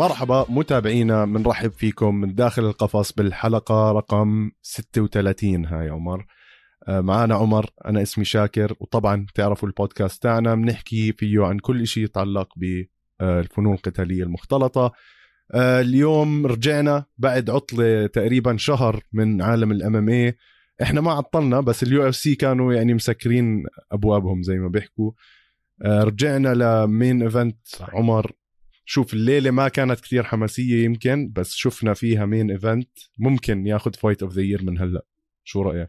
مرحبا متابعينا، منرحب فيكم من داخل القفص بالحلقة رقم 36. هاي عمر، معانا عمر، أنا اسمي شاكر، وطبعا تعرفوا البودكاست تاعنا بنحكي فيه عن كل شيء يتعلق بالفنون القتالية المختلطة. اليوم رجعنا بعد عطلة تقريبا شهر من عالم الMMA. احنا ما عطلنا، بس UFC كانوا يعني مسكرين أبوابهم زي ما بيحكوا. رجعنا لمين ايفنت. عمر، شوف الليلة ما كانت كثير حماسية يمكن، بس شفنا فيها مين ايفنت ممكن ياخد فايت اوف ذا يير من هلأ. شو رأيك؟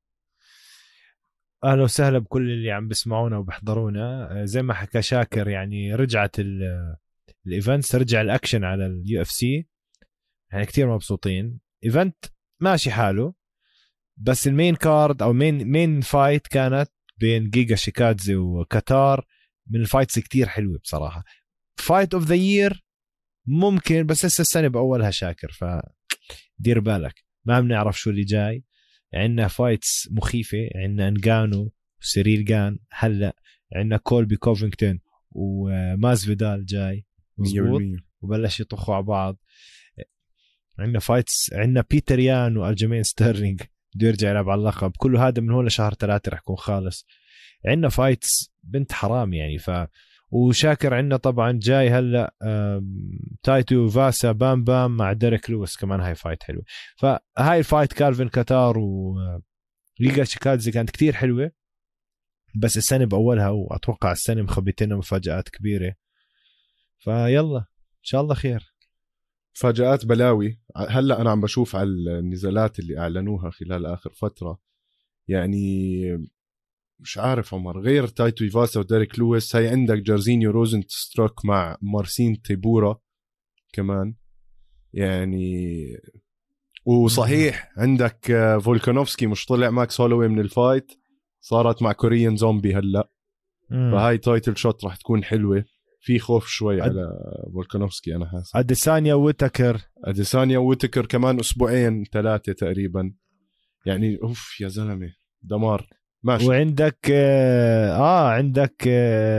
اهلا وسهلا بكل اللي عم بسمعونا وبحضرونا. زي ما حكى شاكر، يعني رجعت الايفنتس، رجع الاكشن على UFC. يعني كتير مبسوطين. ايفنت ماشي حاله، بس المين كارد او مين فايت كانت بين جيجا شيكادزي وكاتار، من الفايتس كتير حلوة بصراحة. فايت اوف ذا يير ممكن، بس لسه السنة بأولها شاكر، فدير بالك ما بنعرف شو اللي جاي. عندنا فايتس مخيفة، عندنا انغانو وسيريل جان، هلا عندنا كولبي كوفينغتون وماز فيدال جاي مزبوط وبلش يطخوا على بعض. عندنا فايتس، عندنا بيتر يان والجيمين ستيرلينج بده يرجع يلعب على اللقب. كله هذا من هون لشهر 3 رح يكون خالص. عندنا فايتس بنت حرام يعني. وشاكر عندنا طبعا جاي هلا تايتو فاسا بام بام مع ديريك لويس كمان، هاي فايت حلوه. فهاي الفايت كالفين كاتار وليغا شيكادزي كانت كتير حلوه، بس السنه باولها، واتوقع السنه مخبيتنا مفاجآت كبيره. فيلا ان شاء الله خير. مفاجآت بلاوي. هلا انا عم بشوف على النزالات اللي اعلنوها خلال اخر فتره، يعني مش عارف عمر، غير تايتو إيفاسا وديريك لويس، هاي عندك جارزينيو روزن ستروك مع مارسين تيبورا كمان يعني. وصحيح عندك فولكانوفسكي مش طلع ماكس هولوي من الفايت، صارت مع كوريان زومبي هلا. فهاي تايتل شوت راح تكون حلوة. في خوف شوي على فولكانوفسكي أنا حاسس. أديسانيا ووتكر كمان أسبوعين 3 تقريبا يعني. أوف يا زلمة، دمار. ماشي. وعندك عندك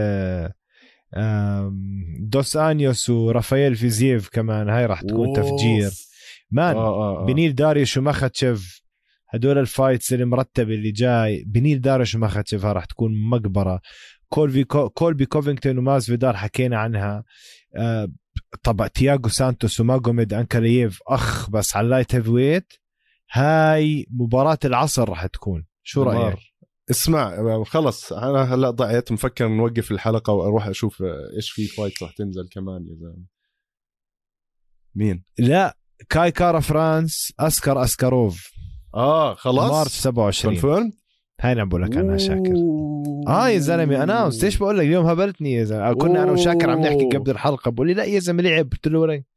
دوس انيوس ورافائيل فيزييف كمان، هاي راح تكون تفجير مان. بنيل داريوش وماخاتشيف، هدول الفايتس اللي مرتبه اللي جاي. بنيل داريوش وماخاتشيف راح تكون مقبره. كولبي كوفينغتون وماز فيدال حكينا عنها. طبعا تياغو سانتوس وماغوميد أنكالييف، بس على اللايت هيف ويت هاي مباراة العصر راح تكون. شو رأيك؟ اسمع خلص، انا هلا ضعيت، مفكر نوقف الحلقه واروح اشوف ايش في فايت راح تنزل كمان يا زلمه. مين؟ لا، كاي كارا فرانس اسكاروف. خلاص مارس 27 كونفيرم. هاي عم بقول لك انا شاكر. يا زلمه انا ليش بقول لك اليوم هبلتني يا زلمه. كنا انا وشاكر عم نحكي قبل الحلقه، بقول لي لا يا زلمه لعب، قلت له وري.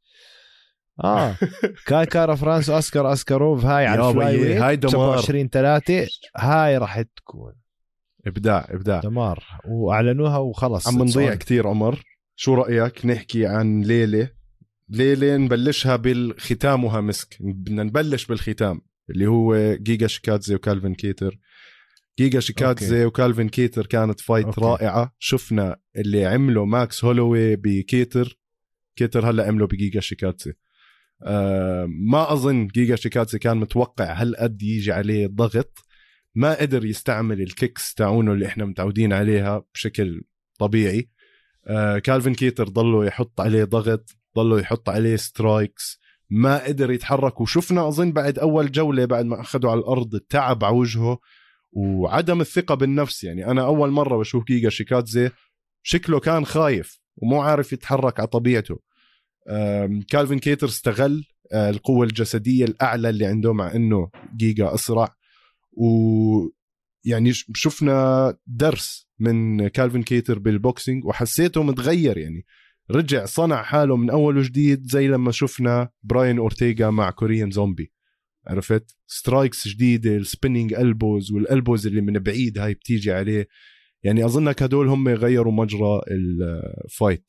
كاي كارا فرانس اسكاروف، هاي على الفلاي ويت، هاي 27/3. هاي راح تكون ابداع دمار، واعلنوها وخلص. عم نضيع كتير. عمر، شو رايك نحكي عن ليله نبلشها بالختامها مسك؟ بدنا نبلش بالختام اللي هو جيجا شيكادزي وكالفين كيتر. جيجا شيكادزي وكالفين كيتر كانت فايت رائعه. شفنا اللي عمله ماكس هولوي بكيتر، كيتر هلا عمله بجيجا شيكادزي. ما أظن جيجا شيكادزي كان متوقع هالقد يجي عليه ضغط. ما قدر يستعمل الكيكس تاعونه اللي احنا متعودين عليها بشكل طبيعي. كالفين كيتر ضلوا يحط عليه ضغط، ضلوا يحط عليه سترايكس، ما قدر يتحرك. وشفنا أظن بعد أول جولة بعد ما أخذوا على الأرض التعب على وجهه وعدم الثقة بالنفس. يعني أنا أول مرة بشوف جيجا شيكادزي شكله كان خايف ومو عارف يتحرك على طبيعته. كالفين كيتر استغل القوة الجسدية الأعلى اللي عنده، مع أنه جيجا أسرع. ويعني شفنا درس من كالفين كيتر بالبوكسينج، وحسيته متغير. يعني رجع صنع حاله من أول وجديد، زي لما شفنا براين أورتيغا مع كوريان زومبي. عرفت؟ سترايكس جديدة، السبينينج ألبوز والألبوز اللي من بعيد هاي بتيجي عليه. يعني أظنك هدول هم غيروا مجرى الفايت.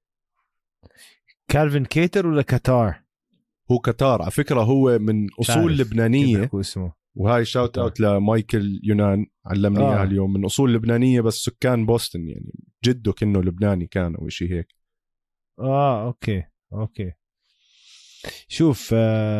كالفين كيتر ولا كاتار؟ هو كاتار على فكرة، هو من أصول لبنانية، وهاي شاوت اوت لمايكل يونان علمني اياها اليوم. من أصول لبنانية بس سكان بوسطن، يعني جده كأنه لبناني كان أو شيء هيك. اوكي اوكي شوف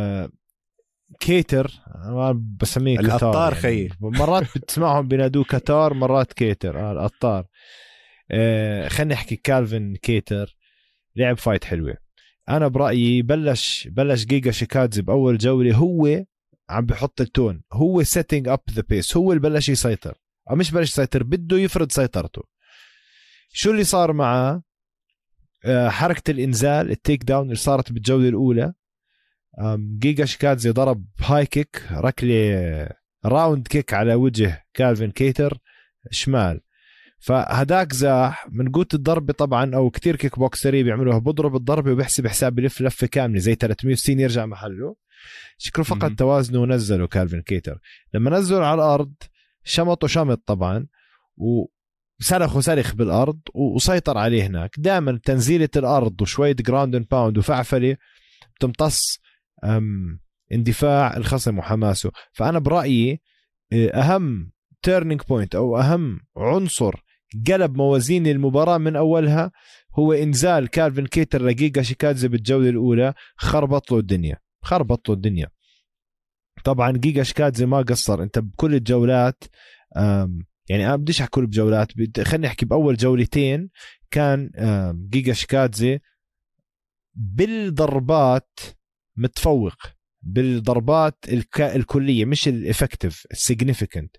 كيتر ما بسميه كتار القطار يعني. خيي مرات بتسمعهم بينادوه كتار مرات كيتر القطار. خلينا نحكي كالفين كيتر لعب فايت حلوة. أنا برأيي بلش جيجا شيكادزي بأول جولة هو عم بحط التون هو setting up the pace هو اللي بلش يسيطر أو مش بلش يسيطر بده يفرض سيطرته. شو اللي صار معه حركة الإنزال التيك داون اللي صارت بالجولة الأولى جيجا شيكادزي ضرب هاي كيك ركلة راوند كيك على وجه كالفين كيتر شمال فهداك زاح من قوة الضربة طبعا أو كتير كيك بوكسري بيعملوها بضرب الضربة وبيحسب حساب بلف لفة كاملة زي 360 يرجع محله شكله فقط توازنه ونزله كالفين كيتر. لما نزله على الأرض شمط طبعا وسلخ بالأرض وسيطر عليه هناك. دائما تنزيلة الأرض وشوية جراوند اند باوند وفعفلة بتمتص اندفاع الخصم وحماسه. فأنا برأيي أهم تيرنينج بوينت أو أهم عنصر قلب موازين المباراة من أولها هو إنزال كالفين كيتر لجيجا شيكادزي بالجولة الأولى. خربط له الدنيا. طبعا جيجا شيكادزي ما قصر. أنت بكل الجولات يعني أنا بديش أحكي بجولات خلينا نحكي بأول جولتين كان جيجا شيكادزي بالضربات متفوق بالضربات الكلية مش الإفكتيف السيجنيفيكنت.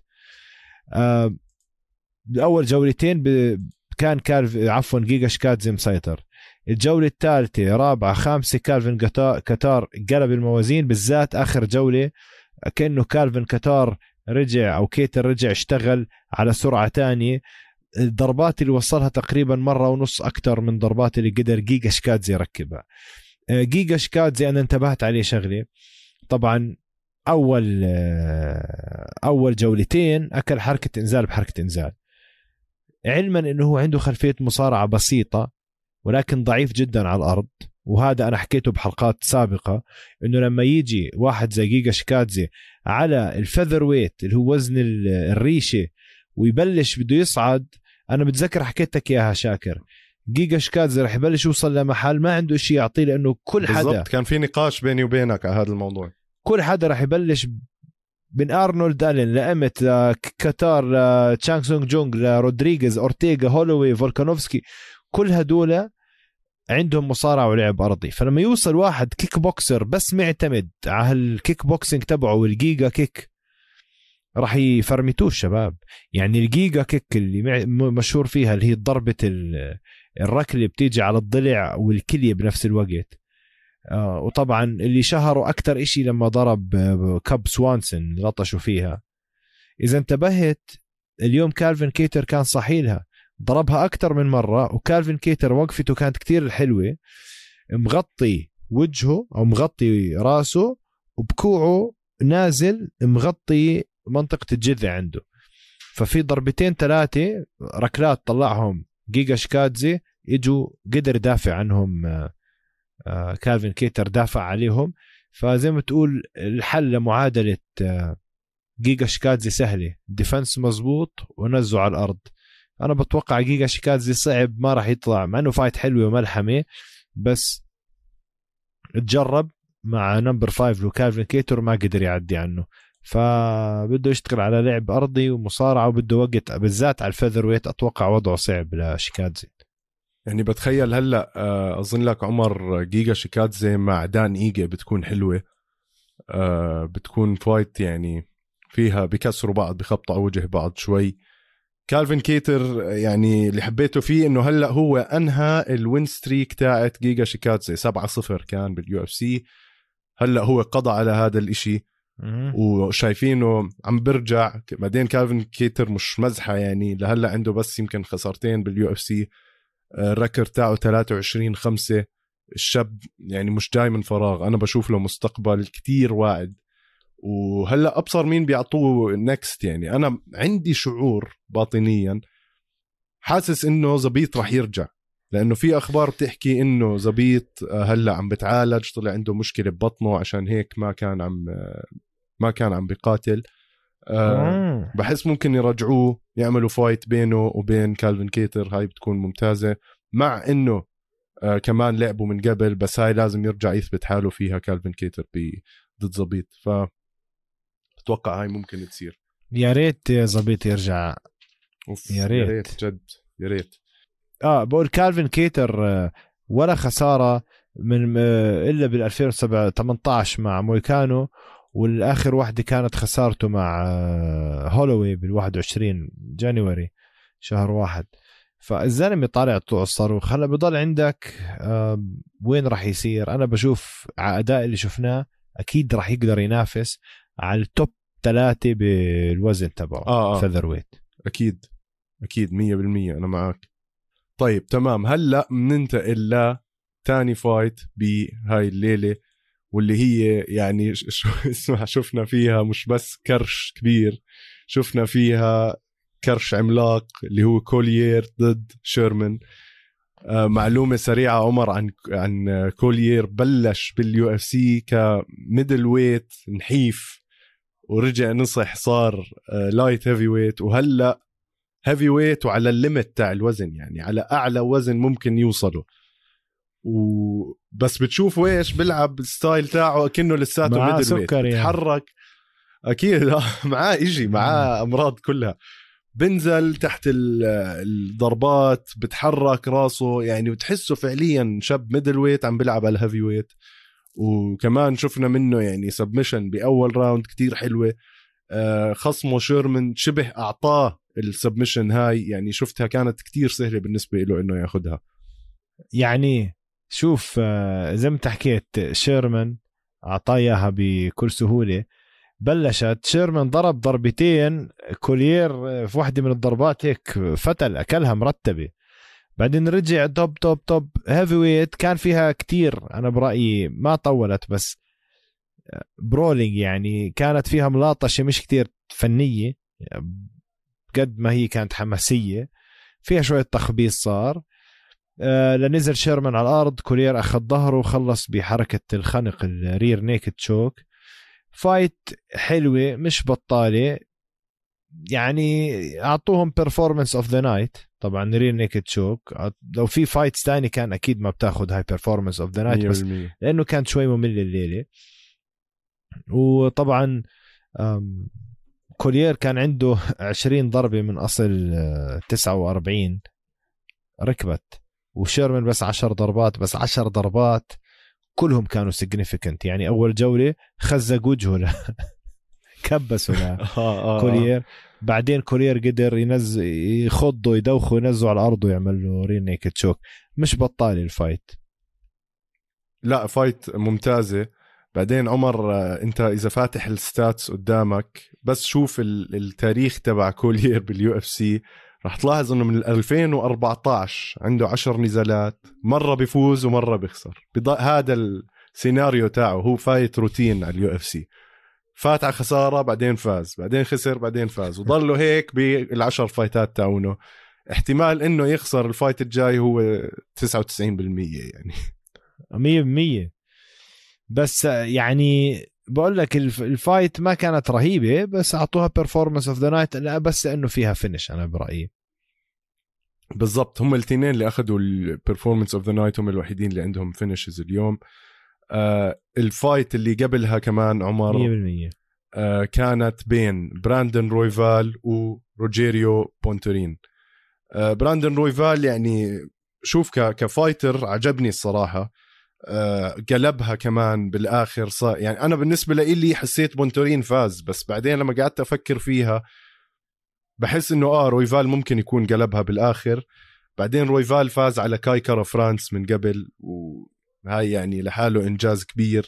بأول جولتين كان جيجا شيكادزي مسيطر. الجولة الثالثة رابعة خامسة كالفين كتار قلب الموازين بالذات آخر جولة كأنه كالفين كتار رجع أو كيتر رجع اشتغل على سرعة تانية. الضربات اللي وصلها تقريبا مرة ونص أكتر من ضربات اللي قدر جيجا شيكادزي يركبها. جيجا شيكادزي أنا انتبهت عليه شغلة طبعا أول جولتين أكل حركة إنزال بحركة إنزال علما أنه هو عنده خلفية مصارعة بسيطة ولكن ضعيف جدا على الأرض. وهذا أنا حكيته بحلقات سابقة أنه لما يجي واحد زي جيجا شيكادزي على الفذر ويت اللي هو وزن الريشة ويبلش بده يصعد. أنا بتذكر حكيتك إياها شاكر جيجا شيكادزي رح يبلش يوصل لمحل ما عنده شيء يعطيه لأنه كل حدا بالضبط كان في نقاش بيني وبينك على هذا الموضوع. كل حدا رح يبلش من أرنولد ألين لأمت لكتار لتشانغ سونغ جونغ لرودريغيز أورتيغا هولوي فولكانوفسكي كل هدول عندهم مصارعة ولعب أرضي. فلما يوصل واحد كيك بوكسر بس معتمد على الكيك بوكسينج تبعه والجيجا كيك راح يفرمتوه الشباب. يعني الجيجا كيك اللي مشهور فيها اللي هي ضربة الركلة بتيجي على الضلع والكلية بنفس الوقت. وطبعا اللي شهروا أكتر إشي لما ضرب كاب سوانسون لطشوا فيها. إذا انتبهت اليوم كالفين كيتر كان صحيلها ضربها أكتر من مرة وكالفين كيتر وقفته كانت كتير حلوة مغطي وجهه أو مغطي راسه وبكوعه نازل مغطي منطقة الجذع عنده. ففي ضربتين ثلاثة ركلات طلعهم جيجا شيكادزي يجوا قدر يدافع عنهم كالفين كيتر دافع عليهم. فزي ما تقول الحل لمعادلة جيجا شيكادزي سهلة ديفنس مزبوط ونزوا على الأرض. أنا بتوقع جيجا شيكادزي صعب ما راح يطلع مع أنه فايت حلوة وملحمة بس تجرب مع نمبر 5 لو كالفين كيتر ما قدر يعدي عنه. فبده يشتغل على لعب أرضي ومصارعة وبده وقت بالذات على الفيذر ويت. أتوقع وضعه صعب لشيكادزي. يعني بتخيل هلأ أظن لك عمر جيجا شيكادزي مع دان إيجي بتكون حلوة. بتكون فايت يعني فيها بيكسروا بعض بخبطوا وجه بعض شوي. كالفين كيتر يعني اللي حبيته فيه انه هلأ هو انهى الوين ستريك تاعت جيجا شيكادزي 7-0 كان باليو اف سي. هلأ هو قضى على هذا الاشي وشايفينه عم برجع. بعدين كالفين كيتر مش مزحة يعني لهلأ عنده بس يمكن خسارتين باليو اف سي. الركر تاعه 23-5. الشاب يعني مش جاي من فراغ. انا بشوف له مستقبل كتير واعد. وهلا ابصر مين بيعطوه نكست. يعني انا عندي شعور باطنيا حاسس انه زبيط رح يرجع لانه في اخبار بتحكي انه زبيط هلا عم بتعالج طلع عنده مشكله ببطنه عشان هيك ما كان عم بيقاتل. بحس ممكن يرجعوه يعملوا فايت بينه وبين كالفين كيتر. هاي بتكون ممتازه مع انه كمان لعبوا من قبل، بس هاي لازم يرجع يثبت حاله فيها كالفين كيتر ضد زبيط. بتوقع هاي ممكن تصير. يا ريت زبيط يرجع. يا ريت جد يا ريت. بقول كالفين كيتر ولا خسارة من إلا بال 2018 مع مويكانو، والآخر واحدة كانت خسارته مع هولوي بال 21 جانوري شهر 1. فالزلمة طالع طلوع الصاروخ. هلا بضل عندك وين راح يصير. أنا بشوف على أداء اللي شفناه أكيد راح يقدر ينافس على التوب 3 بالوزن تبعه فيذر ويت. أكيد 100% أنا معك. طيب تمام، هلأ مننتقل ل تاني فايت بهاي الليلة، واللي هي يعني اسمها شفنا فيها مش بس كرش كبير، شفنا فيها كرش عملاق اللي هو كوليير ضد شيرمان. معلومة سريعة عمر عن كوليير. بلش باليو اف سي كميدل ويت نحيف، ورجع نصح صار لايت هيفي ويت، وهلأ هيفي ويت وعلى الليمت تاع الوزن، يعني على أعلى وزن ممكن يوصله. وبس بتشوفوا ايش بلعب الستايل تاعه كأنه لساته ميدل ويت بتحرك يعني. اكيد معاه اجي معاه امراض كلها. بنزل تحت الضربات، بتحرك راسه يعني، وتحسه فعليا شاب ميدل ويت عم بلعب على الهيفي ويت. وكمان شفنا منه يعني سبمشن باول راوند كتير حلوه. خصمه شيرمان شبه اعطاه السبمشن هاي، يعني شفتها كانت كتير سهله بالنسبه له انه ياخدها. يعني شوف زي ما حكيت شيرمان أعطاه إياها بكل سهولة. بلشت شيرمان ضرب ضربتين، كوليير في واحدة من الضربات هيك فتل أكلها مرتبة. بعدين رجع توب هيفي ويت، كان فيها كتير أنا برأيي ما طولت، بس برولينج يعني كانت فيها ملاطشة مش كتير فنية قد ما هي كانت حماسية، فيها شوية تخبيص صار. لنزل شيرمان على الأرض، كوليير أخذ ظهره وخلص بحركة الخنق الرير نيكد تشوك. فايت حلوة مش بطالة يعني. أعطوهم performance of the night. طبعا رير نيكد تشوك لو في فايتس تاني كان أكيد ما بتاخد هاي performance of the night، بس لأنه كانت شوي ممل الليلة. وطبعا كوليير كان عنده 20 ضربة من أصل 49 ركبت، وشيرمان بس 10 ضربات، بس 10 ضربات كلهم كانوا significant. يعني أول جولة خزق وجهه كبسوا كوليير، بعدين كوليير قدر يخضه يدوخه ينزله على الأرض ويعمل له رين نيكد تشوك. مش بطال الفايت، لا فايت ممتازة. بعدين عمر انت اذا فاتح الستاتس قدامك بس شوف التاريخ تبع كوليير باليو اف سي، رح تلاحظ انه من 2014 عنده 10 نزالات، مرة بيفوز ومرة بيخسر. هذا السيناريو تاعه، هو فايت روتين على اليو اف سي، فات على خسارة بعدين فاز بعدين خسر بعدين فاز، وضله هيك بال10 فايتات تاعونه. احتمال انه يخسر الفايت الجاي هو 99% يعني 100%. بس يعني بقول لك الفايت ما كانت رهيبة، بس أعطوها performance of the night، لا بس إنه فيها فينش. أنا برأيي بالضبط، هم الاثنين اللي أخذوا performance of the night هم الوحيدين اللي عندهم finishes اليوم. الفايت اللي قبلها كمان عمر 100% كانت بين براندن رويفال وروجيريو بونتورين. براندن رويفال يعني شوف كفايتر عجبني الصراحة. قلبها كمان بالآخر صار، يعني أنا بالنسبة لي حسيت بونتورين فاز، بس بعدين لما قعدت أفكر فيها بحس إنه رويفال ممكن يكون قلبها بالآخر. بعدين رويفال فاز على كاي كارا فرانس من قبل، وهاي يعني لحاله إنجاز كبير.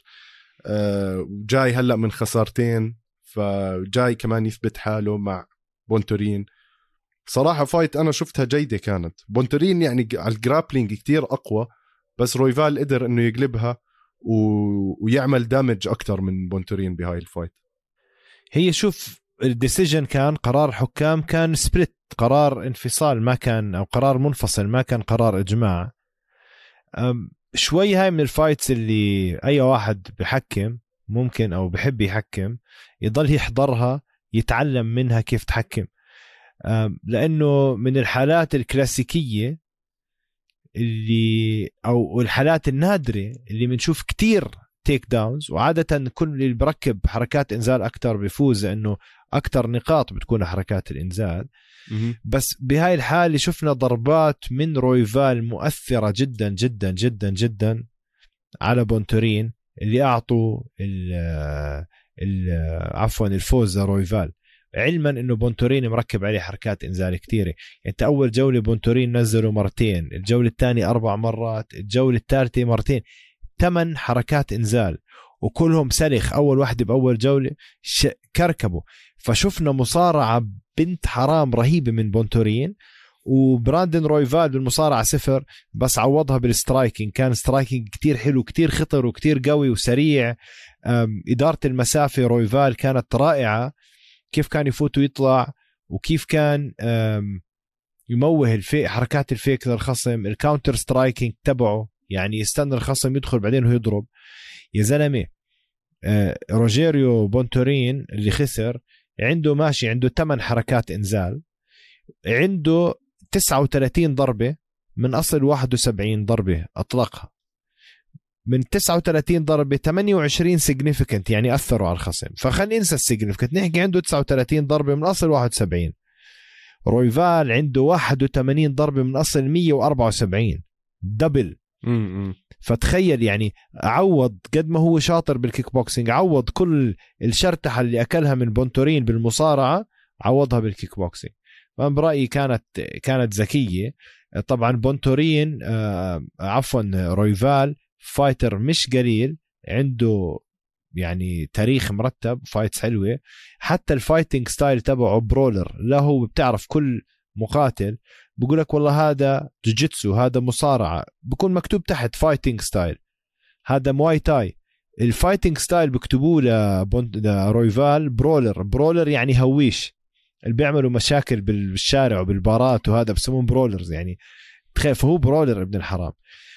جاي هلأ من خسارتين، فجاي كمان يثبت حاله مع بونتورين. صراحة فايت أنا شفتها جيدة كانت. بونتورين يعني على الجرابلينج كتير أقوى، بس رويفال قدر إنه يقلبها ويعمل دامج أكتر من بونتورين بهاي الفايت. هي شوف الديسيجن كان قرار حكام، كان سبلت، قرار انفصال ما كان، أو قرار منفصل ما كان قرار إجماع. شوي هاي من الفايتس اللي أي واحد بحكم ممكن أو بحب يحكم يضل يحضرها يتعلم منها كيف تحكم، لأنه من الحالات الكلاسيكية اللي او الحالات النادره اللي بنشوف كتير تيك داونز، وعاده كل اللي بركب حركات انزال اكتر بيفوز لانه اكتر نقاط بتكون حركات الانزال. بس بهاي الحاله شفنا ضربات من رويفال مؤثره جدا جدا جدا جدا على بونتورين اللي اعطوا عفوا الفوز لرويفال، علما انه بونتورين مركب عليه حركات انزال كتيره. انت اول جوله بونتورين نزلوا مرتين، الجوله الثانيه 4 مرات، الجوله الثالثه مرتين، 8 حركات انزال وكلهم سلخ اول واحده باول جوله كركبوا. فشفنا مصارعه بنت حرام رهيبه من بونتورين. وبراندن رويفال بالمصارعه 0 بس عوضها بالسترايكينج، كان سترايكينج كتير حلو كتير خطر وكتير قوي وسريع. إدارة المسافة رويفال كانت رائعة، كيف كان يفوت ويطلع وكيف كان يموه الفيك، حركات الفيك للخصم، الكاونتر سترايكينج تبعه، يعني يستنى الخصم يدخل بعدين هو يضرب. يا زلمة روجيريو بونتورين اللي خسر عنده ماشي عنده 8 حركات انزال، عنده 39 ضربة من أصل 71 ضربة أطلقها. من 39 ضربة 28 significant يعني أثروا على الخصم، فخلينا ننسى السيجنيفيكنت، نحكي عنده 39 ضربة من أصل 71. رويفال عنده 81 ضربة من أصل 174 دبل. فتخيل يعني عوض قد ما هو شاطر بالكيك بوكسينج، عوض كل الشرتحة اللي أكلها من بونتورين بالمصارعة عوضها بالكيك بوكسينج. فأنا برأيي كانت ذكية. طبعا بونتورين عفوا رويفال فايتر مش قليل، عنده يعني تاريخ مرتب، فايتس حلوة، حتى الفايتنج ستايل تبعه برولر. لا هو بتعرف كل مقاتل بقولك والله هذا جوجيتسو، هذا مصارعة، بكون مكتوب تحت فايتنج ستايل، هذا مواي تاي. الفايتنج ستايل بكتبوه لرويفال برولر يعني هويش، اللي بيعملوا مشاكل بالشارع وبالبارات وهذا بسمون برولرز يعني. تخيل، فهو برولر ابن الحرام.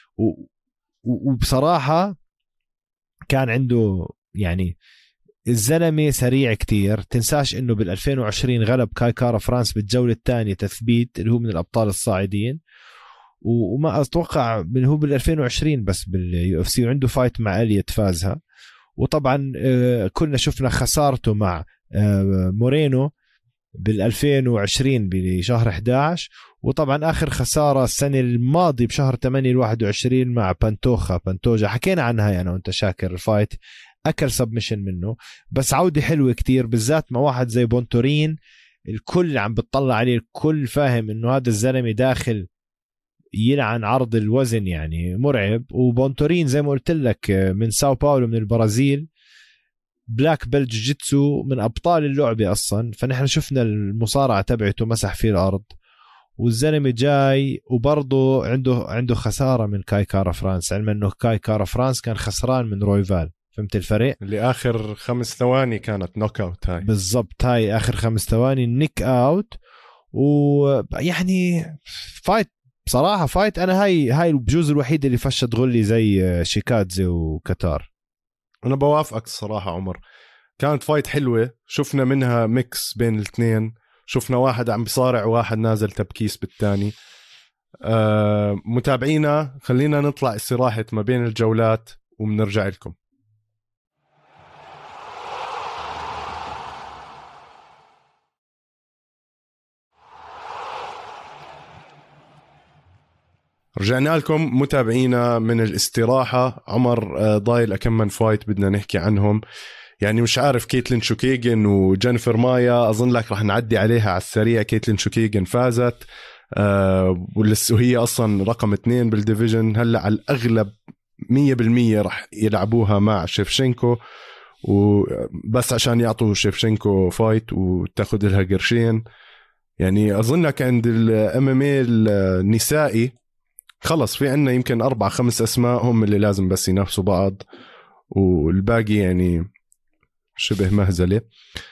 وبصراحة كان عنده يعني الزلمة سريع كتير. تنساش انه بال2020 غلب كاي كارا فرانس بالجولة الثانية تثبيت، اللي هو من الابطال الصاعدين، وما اتوقع من هو بال2020 بس باليو اف سي، وعنده فايت مع اليت فازها. وطبعا كلنا شفنا خسارته مع مورينو بال2020 بشهر 11، وطبعا آخر خسارة السنة الماضية بشهر 8 21 مع بانتوجا، حكينا عنها أنا وأنت شاكر. الفايت أكل سبمشن منه، بس عودة حلوة كتير بالذات مع واحد زي بونتورين. الكل عم بتطلع عليه، الكل فاهم إنه هذا الزلمة داخل يلعن عرض الوزن، يعني مرعب. وبونتورين زي ما قلت لك من ساو باولو من البرازيل، بلاك بيلت جوجيتسو، من أبطال اللعبة أصلا. فنحن شفنا المصارعة تبعته مسح فيه الأرض، والزلمة جاي وبرضه عنده خسارة من كاي كارا فرانس، علما أنه كاي كارا فرانس كان خسران من رويفال. فهمت الفرق؟ اللي آخر 5 ثواني كانت نوك أوت. هاي بالضبط، هاي آخر 5 ثواني نيك أوت. ويعني فايت بصراحة، فايت أنا هاي بجوز الوحيد اللي فشت غلي زي شيكادزي وكتار. أنا بوافقك الصراحة عمر، كانت فايت حلوة، شفنا منها ميكس بين الاثنين، شفنا واحد عم بصارع وواحد نازل تبكيس بالتاني. متابعينا خلينا نطلع استراحة ما بين الجولات وبنرجع لكم. رجعنا لكم متابعينا من الاستراحة. عمر ضايل أكم من فايت بدنا نحكي عنهم، يعني مش عارف. كيتلين شوكيغن وجينيفر مايا أظن لك رح نعدي عليها على السريع. كيتلين شوكيغن فازت وهي أصلا رقم 2 بالديفيجن. هلأ على الأغلب 100% رح يلعبوها مع شيفشينكو، وبس عشان يعطوا شيفشينكو فايت وتاخد لها قرشين. يعني أظنك عند MMA النسائي خلص في عنا يمكن 4-5 أسماء هم اللي لازم بس ينافسوا بعض، والباقي يعني شبه مهزلة.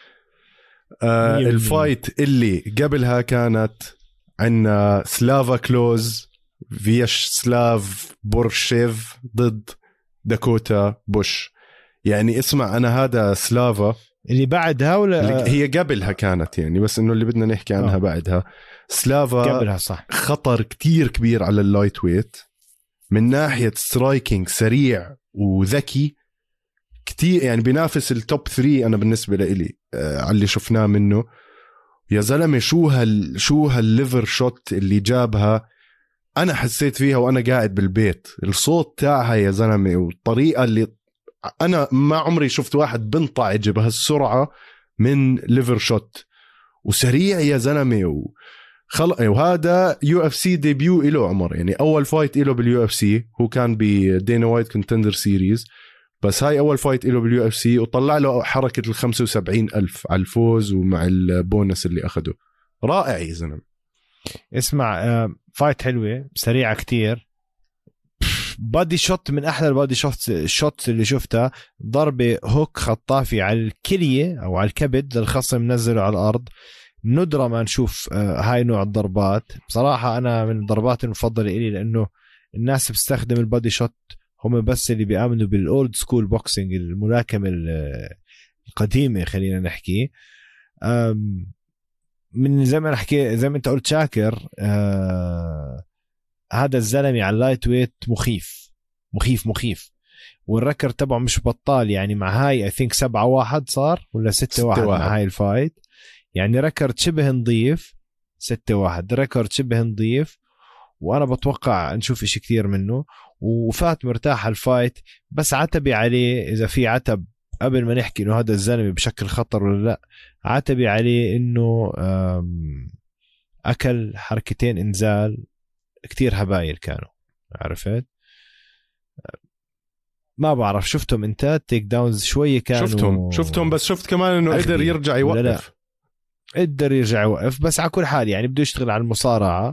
الفايت اللي قبلها كانت عنا سلافا كلوز فياشسلاف بورشيف ضد داكوتا بوش. يعني اسمع، أنا هذا سلافا اللي بعدها ولا هي قبلها كانت يعني، بس انه اللي بدنا نحكي عنها بعدها. سلافا قبلها صح. خطر كتير كبير على اللايت ويت من ناحية سترايكينج، سريع وذكي كتير يعني، بينافس التوب 3 أنا بالنسبة لإلي على اللي شفناه منه. يا زلمة شو هالليفر شوت اللي جابها، أنا حسيت فيها وأنا قاعد بالبيت. الصوت تاعها يا زلمة والطريقة اللي أنا ما عمري شفت واحد بنطعج بهالسرعة من ليفر شوت، وسريع يا زلمة وهذا UFC ديبيو إله عمر، يعني أول فايت إله بالUFC. هو كان بدينا وايت كونتندر سيريز، بس هاي أول فايت إله بالUFC، وطلع له حركة 75,000 على الفوز ومع البونس اللي أخده. رائع يا زلمة. اسمع فايت حلوة سريعة كتير، بادي شوت من أحلى البادي شوت اللي شفتها. ضربة هوك خطافي على الكلية أو على الكبد للخصم، نزله على الأرض. ندرة ما نشوف هاي نوع الضربات. بصراحة أنا من الضربات المفضلة إلي، لأنه الناس بتستخدم البادي شوت هم بس اللي بيآمنوا بالأولد سكول بوكسينج، الملاكمة القديمة خلينا نحكي. من زي ما نحكي زي ما انت قلت شاكر، هذا الزلمة على اللايت ويت مخيف، والركر تبعه مش بطال يعني. مع هاي I think 7-1 صار ولا 6-1 مع هاي الفايت، يعني ركرد شبه نظيف. 6-1 ركرد شبه نظيف، وأنا بتوقع نشوف إشي كتير منه. وفات مرتاح الفايت، بس عتبي عليه إذا في عتب قبل ما نحكي إنه هذا الزلمة بشكل خطر ولا لا. عتبي عليه إنه أكل حركتين إنزال كتير هبايل كانوا، عرفت؟ ما بعرف شفتهم انت تيك داونز شوية كانوا شفتهم بس شفت كمان إنه قدر يرجع يوقف. قدر يرجع يوقف، بس على كل حال يعني بده يشتغل على المصارعة.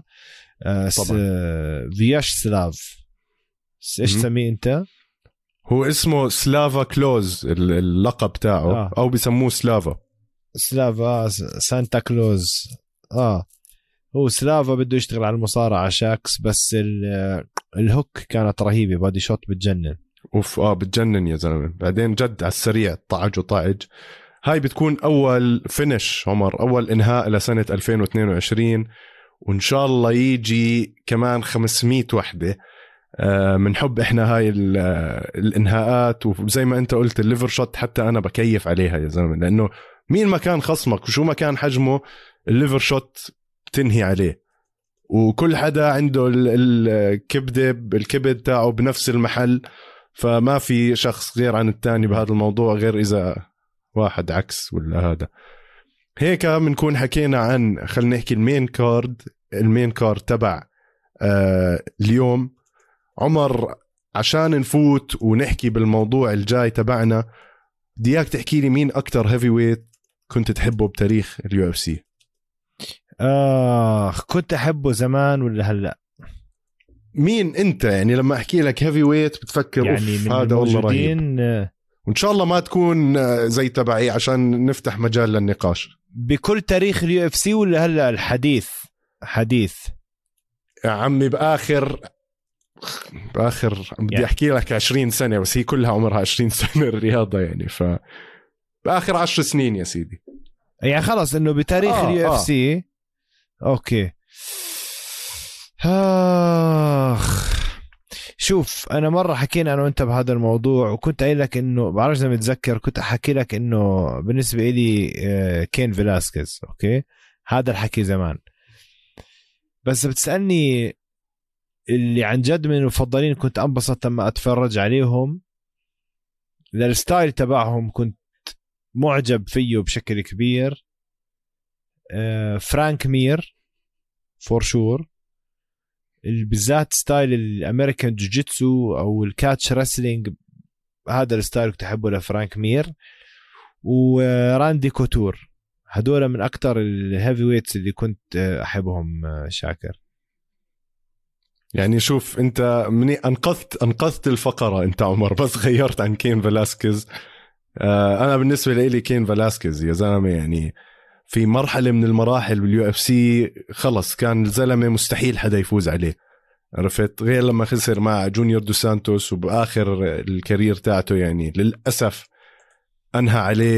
فياش سلاف، ايش سميه انت؟ هو اسمه سلافا كلوز اللقب تاعه. او بيسموه سلافا سانتا كلوز. هو سلافا بده يشتغل على المصارعة شاكس، بس الهوك كانت رهيبة، بادي شوت بتجنن. بتجنن يا زلمة. بعدين جد على السريع طعج. هاي بتكون أول فينش عمر، أول إنهاء لسنة 2022، وإن شاء الله يجي كمان 500 وحدة. من حب إحنا هاي الإنهاءات، وزي ما أنت قلت الليفر شوت حتى أنا بكيف عليها يا زلمة، لأنه مين ما كان خصمك وشو ما كان حجمه الليفر شوت بتنهي عليه، وكل حدا عنده الكبد تاعه بنفس المحل، فما في شخص غير عن التاني بهذا الموضوع، غير إذا واحد عكس ولا هذا. هيك بنكون حكينا عن، خلينا نحكي المين كارد تبع اليوم. عمر عشان نفوت ونحكي بالموضوع الجاي تبعنا، بدي اياك تحكي لي مين اكتر هيفي ويت كنت تحبه بتاريخ UFC؟ كنت احبه زمان ولا هلا؟ مين انت يعني لما احكي لك هيفي ويت بتفكر يعني هذا والله رهيب، وان شاء الله ما تكون زي تبعي عشان نفتح مجال للنقاش. بكل تاريخ UFC ولا هلا الحديث؟ حديث يا عمي باخر بدي احكي لك 20 سنة، بس هي كلها عمرها 20 سنة الرياضة يعني، باخر 10 سنين يا سيدي. يعني خلص انه بتاريخ UFC. اوكي. شوف انا مرة حكينا انا وانت بهذا الموضوع، وكنت قايل لك انه بعرف اذا متذكر، كنت احكي لك انه بالنسبة لي كين فيلاسكيز. اوكي هذا الحكي زمان، بس بتسألني اللي عن جد من المفضلين كنت انبسط لما اتفرج عليهم، للستايل تبعهم كنت معجب فيه بشكل كبير. فرانك مير فور شور، بالذات ستايل الامريكان جوجيتسو او الكاتش رسلينج، هذا الستايل كنت احبه لفرانك مير. وراندي كوتور، هدول من اكتر الهيفي ويتس اللي كنت احبهم. شاكر يعني شوف انت مني انقذت الفقرة انت عمر، بس غيرت عن كين فيلاسكيز. انا بالنسبة لي كين فيلاسكيز يا زلمة، يعني في مرحلة من المراحل بالUFC خلص كان الزلمة مستحيل حدا يفوز عليه، عرفت؟ غير لما خسر مع جونيور دو سانتوس، وبآخر الكارير تاعته يعني للأسف أنهى عليه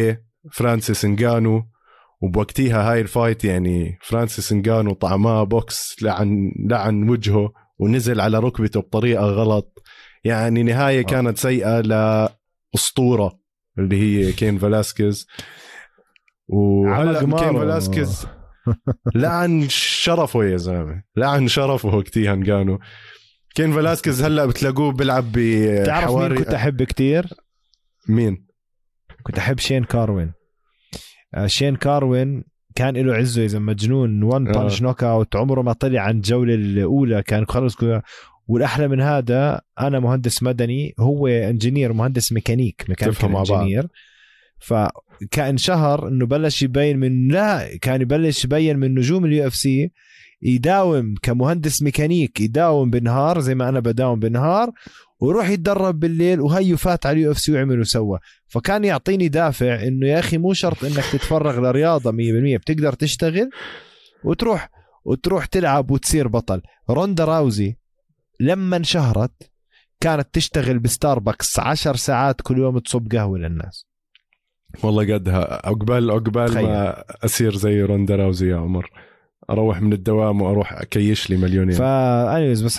فرانسيس انغانو. وبوقتها هاي الفايت يعني فرانسيس انغانو طعماه بوكس لعن وجهه ونزل على ركبته بطريقة غلط. يعني نهاية كانت سيئة لأسطورة اللي هي كين فلاسكيز. وهلا كين فلاسكيز لعن شرفه يا زلمة، لعن شرفه كتير انغانو. كين فلاسكيز هلا بتلاقوه بيلعب بحواري. كنت احب كتير مين؟ كنت احب شين كاروين. شين كاروين كان له عزه إذا مجنون، وان بانش نوك اوت، عمره ما طلع عن الجولة الأولى، كان خلص. والأحلى من هذا أنا مهندس مدني، هو انجينير مهندس ميكانيك انجينير. فكان شهر إنه بلش يبين من كان يبلش يبين من نجوم اليو اف سي يداوم كمهندس ميكانيك، يداوم بالنهار زي ما أنا بداوم بالنهار، وروح يتدرب بالليل، وهي فات على اليو اف سي وعمل وسوى. فكان يعطيني دافع انه يا اخي مو شرط انك تتفرغ لرياضه 100%، بتقدر تشتغل وتروح تلعب وتصير بطل. روندا راوزي لما انشهرت كانت تشتغل بستاربكس 10 ساعات كل يوم تصب قهوه للناس. والله قدها عقبال ما أصير زي روندا راوزي يا عمر، أروح من الدوام وأروح أكيش لي مليونين. فأنيوز بس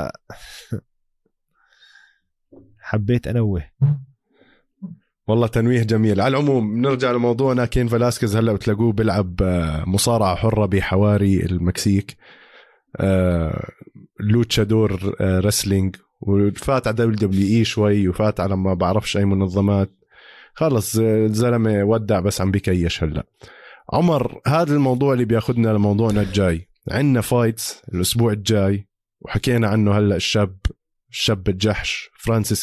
حبيت أنوه. والله تنويه جميل. على العموم نرجع لموضوعنا. كين فلاسكيز هلأ بتلاقوه بيلعب مصارعة حرة بحواري المكسيك، لوتشادور رسلينج، وفات على WWE شوي، وفات على ما بعرفش أي منظمات. خلص الزلمة ودع، بس عم بكيش هلأ. عمر، هذا الموضوع اللي بياخدنا لموضوعنا الجاي. عندنا فايتس الأسبوع الجاي وحكينا عنه هلأ. الشاب الجحش فرانسيس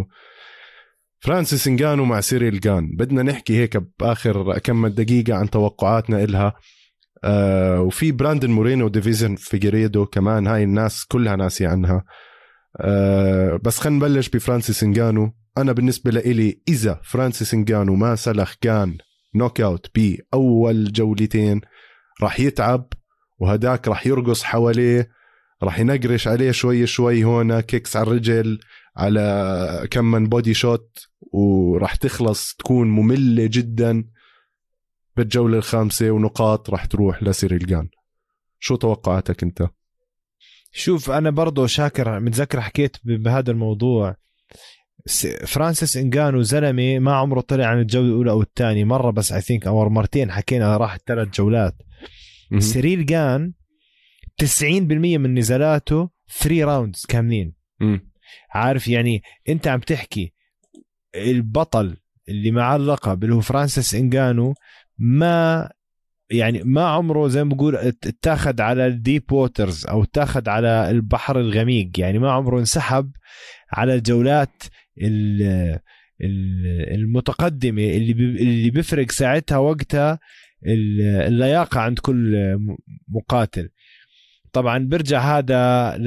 انغانو مع سيريل جان. بدنا نحكي هيك بآخر كم دقيقة عن توقعاتنا إلها. وفي براندن مورينو وديفيزن فيجيريدو كمان، هاي الناس كلها ناسي عنها. بس خلينا نبلش بفرانسيس انغانو. أنا بالنسبة لإلي إذا فرانسيس انغانو ما سلخ كان نوك اوت بأول جولتين راح يتعب، وهداك راح يرقص حواليه، راح ينقرش عليه شوي هنا كيكس على الرجل، على كم من بودي شوت، وراح تخلص تكون مملة جدا بالجولة الخامسة، ونقاط راح تروح لسيريل جان. شو توقعاتك انت؟ شوف أنا برضو شاكر متذكر حكيت بهذا الموضوع. فرانسيس انغانو زلمة ما عمره طلع عن الجولة الأولى أو الثانية مرة بس، I think أو مرتين حكينا راح 3 جولات. سيريل جان 90% من نزالاته 3 راوندز كاملين. عارف يعني انت عم تحكي البطل اللي مع اللقب اللي هو فرانسيس انغانو، ما عمره زي ما بقول اتاخد على الديب ووترز او اتاخد على البحر الغميق، يعني ما عمره انسحب على الجولات المتقدمة اللي بيفرق ساعتها وقتها اللياقة عند كل مقاتل. طبعا برجع هذا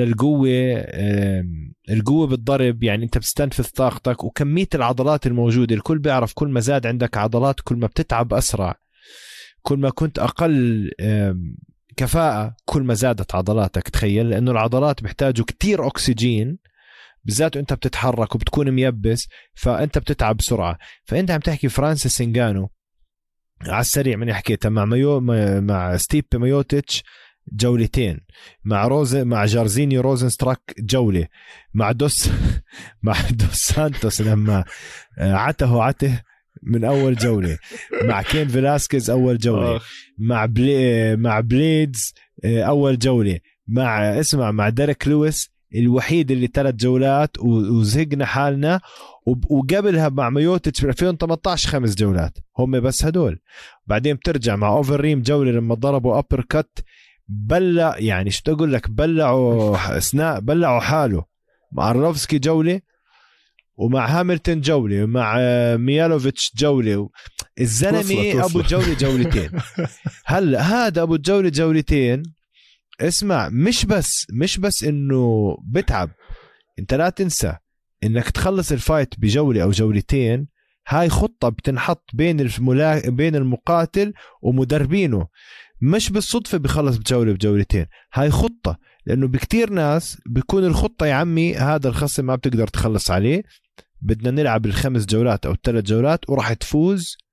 القوة بالضرب، يعني انت بتستنفذ طاقتك وكمية العضلات الموجودة. الكل بيعرف كل ما زاد عندك عضلات كل ما بتتعب أسرع، كل ما كنت أقل كفاءة كل ما زادت عضلاتك. تخيل لأنه العضلات بيحتاجوا كتير أكسجين، بالذات انت بتتحرك وبتكون ميبس، فانت بتتعب بسرعة. فانت عم تحكي فرانسيس انغانو على السريع من حكيتها مع ستيب مايوتيتش جولتين، مع جارزيني روزنستراك جولة، مع دوس سانتوس لما عته من أول جولة، مع كين فيلاسكيز أول جولة، مع بليدز أول جولة، مع ديريك لويس الوحيد اللي 3 جولات وزهقنا حالنا. وقبلها مع مايوتيتش في 2018 5 جولات هم بس هدول. بعدين بترجع مع اوفر ريم جولة لما ضربوا أبر كات، يعني شو تقول لك، بلعوا حاله. مع أرلوفسكي جولة، ومع هاملتون جولة، ومع ميالوفيتش جولة. الزلمة أبو جولتين. هلا هذا أبو جولتين. اسمع، مش بس إنه بتعب، أنت لا تنسى إنك تخلص الفايت بجولة أو جولتين. هاي خطة بتنحط بين المقاتل ومدربينه، مش بالصدفة بيخلص بجولتين. هاي خطة، لأنه بكتير ناس بيكون الخطة يا عمي هذا الخصم ما بتقدر تخلص عليه، بدنا نلعب 5 جولات أو 3 جولات وراح تفوز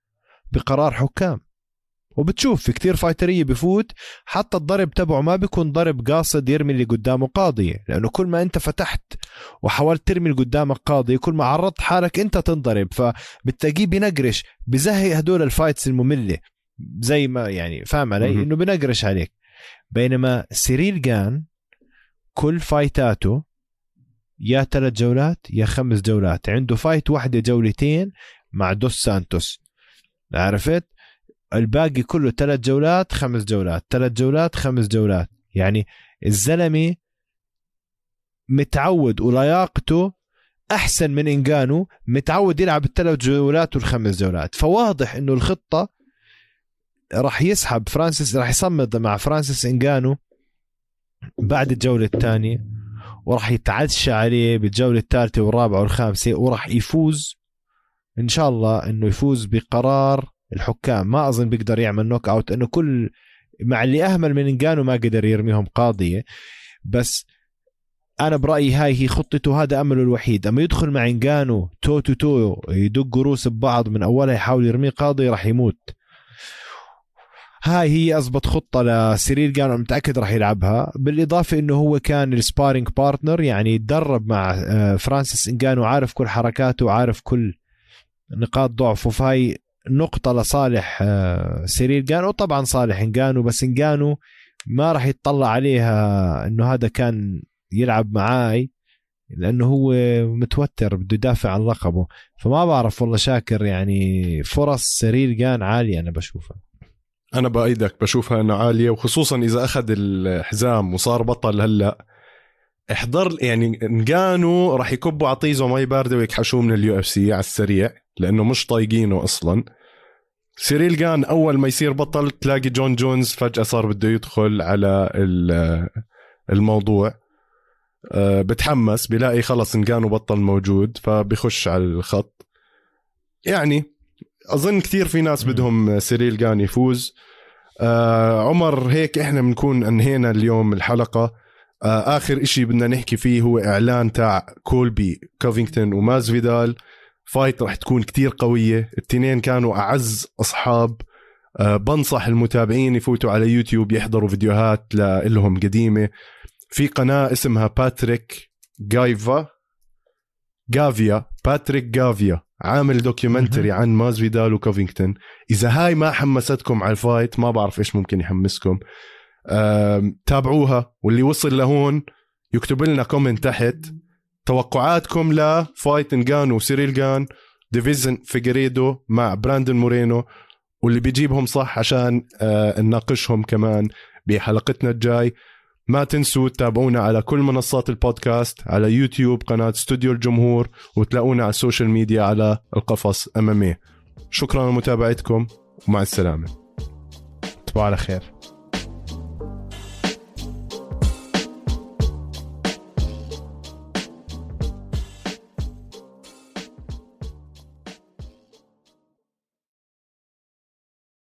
بقرار حكام. وبتشوف في كتير فايترية بفوت حتى الضرب تبعه ما بيكون ضرب قاصد يرمي اللي قدامه قاضية، لأنه كل ما أنت فتحت وحاولت ترمي اللي قدامك قاضية كل ما عرضت حالك أنت تنضرب، فبتلاقيه بنقرش بزهق هدول الفايتس المملة زي ما يعني فاهم علي إنه بنقرش عليك. بينما سيريل جان كل فايتاته يا 3 جولات يا 5 جولات، عنده فايت واحدة جولتين مع دوس سانتوس، عرفت؟ الباقي كله 3 جولات 5 جولات 3 جولات 5 جولات. يعني الزلمة متعود ولياقته أحسن من إنغانو، متعود يلعب 3 جولات و5 جولات. فواضح إنه الخطة راح يسحب فرانسيس، راح يصمد مع فرانسيس إنغانو بعد الجولة الثانية، وراح يتعشى عليه بالجولة الثالثة والرابعة والخامسة، وراح يفوز إن شاء الله إنه يفوز بقرار الحكام. ما أظن بيقدر يعمل نوك أوت، إنه كل مع اللي أهمل من إنغانو ما قدر يرميهم قاضية. بس أنا برأيي هاي هي خطته، هذا أمله الوحيد. أما يدخل مع إنغانو تو تو تو يدق روس ببعض من أولها يحاول يرميه قاضي راح يموت. هاي هي أضبط خطة لسيريل جان، أنا متأكد راح يلعبها. بالإضافة إنه هو كان السبارينج بارتنر، يعني يتدرب مع فرانسيس إنغانو، عارف كل حركاته وعارف كل نقاط ضعفه. فهاي نقطة لصالح سيريل جان، وطبعا صالح إنغانو، بس إنغانو ما راح يتطلع عليها إنه هذا كان يلعب معاي، لأنه هو متوتر بده يدافع عن لقبه. فما بعرف والله شاكر، يعني فرص سيريل جان عالية أنا بشوفها. أنا بأيدك بشوفها أنه عالية، وخصوصا إذا أخذ الحزام وصار بطل هلأ. احضر يعني إنغانو راح يكبوا عطيزه مي باردة ويكحشوه من اليو اف سي على السريع، لأنه مش طايقينه أصلا. سيريل جان أول ما يصير بطل تلاقي جون جونز فجأة صار بده يدخل على الموضوع، بتحمس بلاقي خلص إنغانو بطل موجود فبيخش على الخط. يعني أظن كثير في ناس بدهم سيريل جان يفوز. عمر هيك إحنا بنكون أنهينا اليوم الحلقة. آخر إشي بدنا نحكي فيه هو إعلان تاع كولبي كوفينغتون وماز فيدال. فايت رح تكون كتير قوية، التنين كانوا أعز أصحاب. بنصح المتابعين يفوتوا على يوتيوب يحضروا فيديوهات لهم قديمة. في قناة اسمها باتريك جافيا عامل دوكيومنتري عن ماز فيدال وكوفينغتون. إذا هاي ما حمستكم على الفايت ما بعرف إيش ممكن يحمسكم. تابعوها، واللي وصل لهون يكتب لنا كومنت تحت توقعاتكم لفايت إنغانو وسيريل جان، ديفيزن فيغريدو مع براندن مورينو، واللي بيجيبهم صح عشان نناقشهم كمان بحلقتنا الجاي. ما تنسوا تتابعونا على كل منصات البودكاست، على يوتيوب قناة استوديو الجمهور، وتلاقونا على السوشيال ميديا على القفص MMA. شكرا لمتابعتكم ومع السلامة. تصبحوا على خير.